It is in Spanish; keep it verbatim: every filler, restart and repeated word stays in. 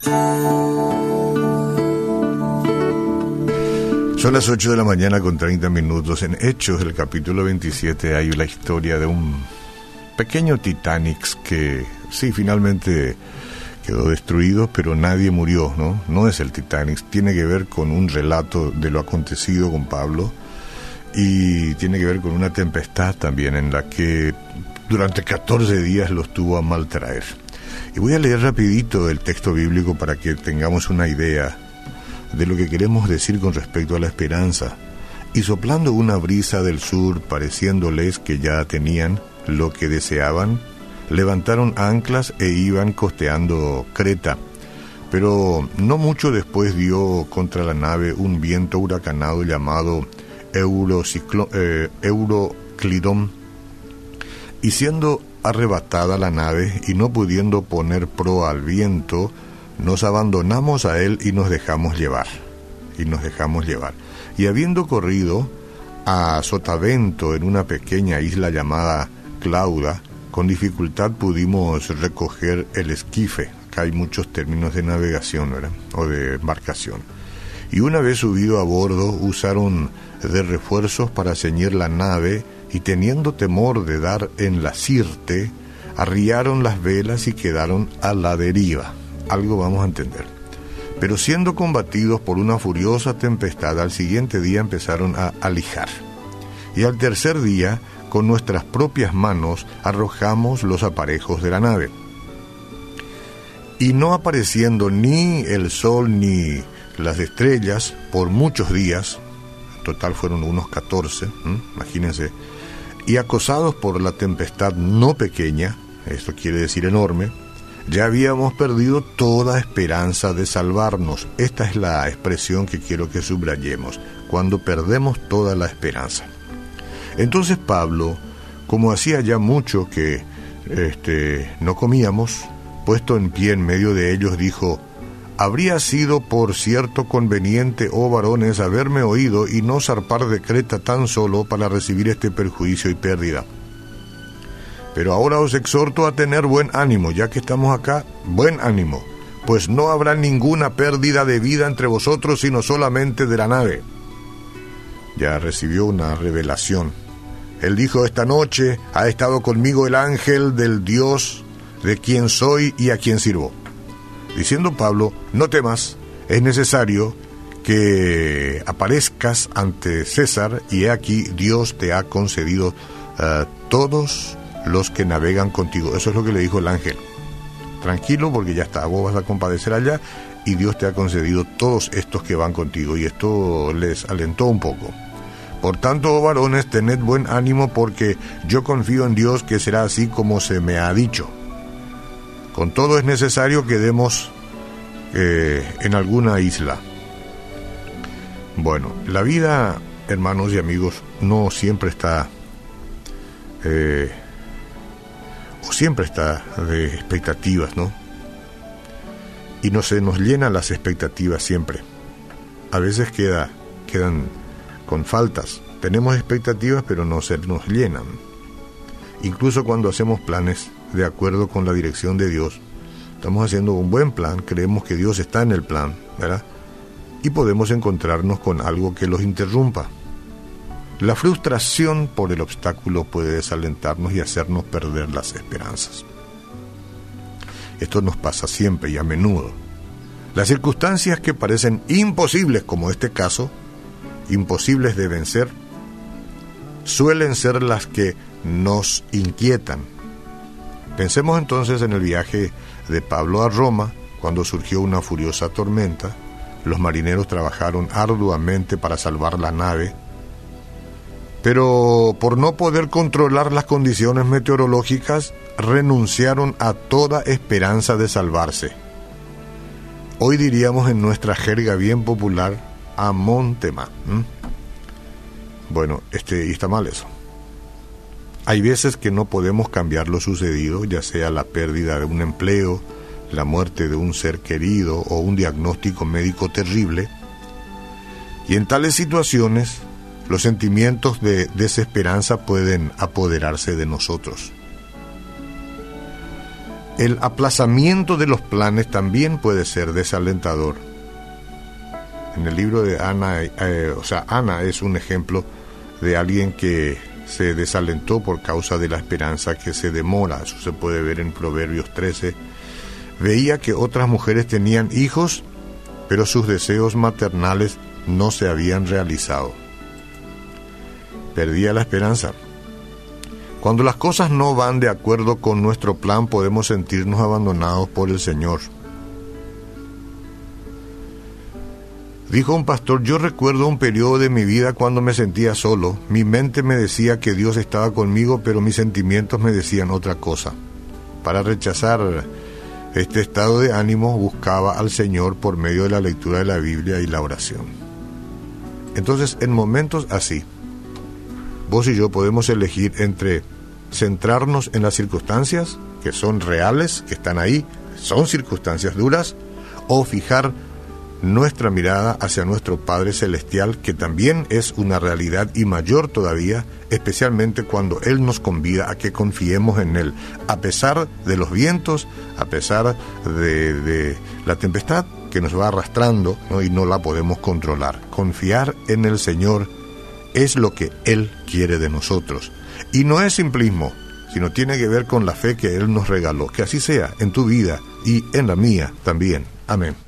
Son las ocho de la mañana con treinta minutos. En Hechos, del capítulo veintisiete, hay la historia de un pequeño Titanic que, sí, finalmente quedó destruido, pero nadie murió, ¿no? No es el Titanic, tiene que ver con un relato de lo acontecido con Pablo y tiene que ver con una tempestad también en la que durante catorce días los tuvo a mal traer. Y voy a leer rapidito el texto bíblico para que tengamos una idea de lo que queremos decir con respecto a la esperanza. Y soplando una brisa del sur, pareciéndoles que ya tenían lo que deseaban, levantaron anclas e iban costeando Creta. Pero no mucho después dio contra la nave un viento huracanado llamado Eurociclo, eh, Euroclidón, y siendo arrebatada la nave y no pudiendo poner proa al viento, nos abandonamos a él y nos dejamos llevar, y nos dejamos llevar. Y habiendo corrido a sotavento en una pequeña isla llamada Clauda, con dificultad pudimos recoger el esquife. Acá hay muchos términos de navegación, ¿verdad? O de embarcación. Y una vez subido a bordo, usaron de refuerzos para ceñir la nave, y teniendo temor de dar en la sirte, arriaron las velas y quedaron a la deriva. Algo vamos a entender. Pero siendo combatidos por una furiosa tempestad, al siguiente día empezaron a alijar. Y al tercer día, con nuestras propias manos, arrojamos los aparejos de la nave. Y no apareciendo ni el sol ni las estrellas por muchos días, en total fueron unos catorce, ¿eh? Imagínense, y acosados por la tempestad no pequeña, esto quiere decir enorme, ya habíamos perdido toda esperanza de salvarnos. Esta es la expresión que quiero que subrayemos, cuando perdemos toda la esperanza. Entonces Pablo, como hacía ya mucho que este, no comíamos, puesto en pie en medio de ellos, dijo: habría sido por cierto conveniente, oh varones, haberme oído y no zarpar de Creta tan solo para recibir este perjuicio y pérdida. Pero ahora os exhorto a tener buen ánimo, ya que estamos acá, buen ánimo, pues no habrá ninguna pérdida de vida entre vosotros, sino solamente de la nave. Ya recibió una revelación. Él dijo: esta noche ha estado conmigo el ángel del Dios de quien soy y a quien sirvo. Diciendo Pablo: no temas, es necesario que aparezcas ante César, y he aquí Dios te ha concedido uh, todos los que navegan contigo. Eso es lo que le dijo el ángel. Tranquilo, porque ya está, vos vas a compadecer allá y Dios te ha concedido todos estos que van contigo. Y esto les alentó un poco. Por tanto, oh varones, tened buen ánimo, porque yo confío en Dios que será así como se me ha dicho. Con todo es necesario que demos eh, en alguna isla. Bueno, la vida, hermanos y amigos, no siempre está... Eh, o siempre está de expectativas, ¿no? Y no se nos llenan las expectativas siempre. A veces queda, quedan con faltas. Tenemos expectativas, pero no se nos llenan. Incluso cuando hacemos planes de acuerdo con la dirección de Dios, estamos haciendo un buen plan, creemos que Dios está en el plan, ¿verdad? Y podemos encontrarnos con algo que los interrumpa. La frustración por el obstáculo puede desalentarnos y hacernos perder las esperanzas. Esto nos pasa siempre y a menudo. Las circunstancias que parecen imposibles, como este caso, imposibles de vencer, suelen ser las que nos inquietan. Pensemos entonces en el viaje de Pablo a Roma, cuando surgió una furiosa tormenta. Los marineros trabajaron arduamente para salvar la nave, pero por no poder controlar las condiciones meteorológicas, renunciaron a toda esperanza de salvarse. Hoy diríamos en nuestra jerga bien popular, a Montema. ¿Mm? Bueno, este, y está mal eso. Hay veces que no podemos cambiar lo sucedido, ya sea la pérdida de un empleo, la muerte de un ser querido o un diagnóstico médico terrible. Y en tales situaciones, los sentimientos de desesperanza pueden apoderarse de nosotros. El aplazamiento de los planes también puede ser desalentador. En el libro de Ana, eh, o sea, Ana es un ejemplo de alguien que se desalentó por causa de la esperanza que se demora. Eso se puede ver en Proverbios trece. Veía que otras mujeres tenían hijos, pero sus deseos maternales no se habían realizado. Perdía la esperanza. Cuando las cosas no van de acuerdo con nuestro plan, podemos sentirnos abandonados por el Señor. Dijo un pastor: yo recuerdo un periodo de mi vida cuando me sentía solo. Mi mente me decía que Dios estaba conmigo, pero mis sentimientos me decían otra cosa. Para rechazar este estado de ánimo, buscaba al Señor por medio de la lectura de la Biblia y la oración. Entonces, en momentos así, vos y yo podemos elegir entre centrarnos en las circunstancias, que son reales, que están ahí, son circunstancias duras, o fijar nuestra mirada hacia nuestro Padre Celestial, que también es una realidad y mayor todavía, especialmente cuando Él nos convida a que confiemos en Él, a pesar de los vientos, a pesar de, de la tempestad que nos va arrastrando, ¿no? Y no la podemos controlar. Confiar en el Señor es lo que Él quiere de nosotros. Y no es simplismo, sino tiene que ver con la fe que Él nos regaló. Que así sea en tu vida y en la mía también. Amén.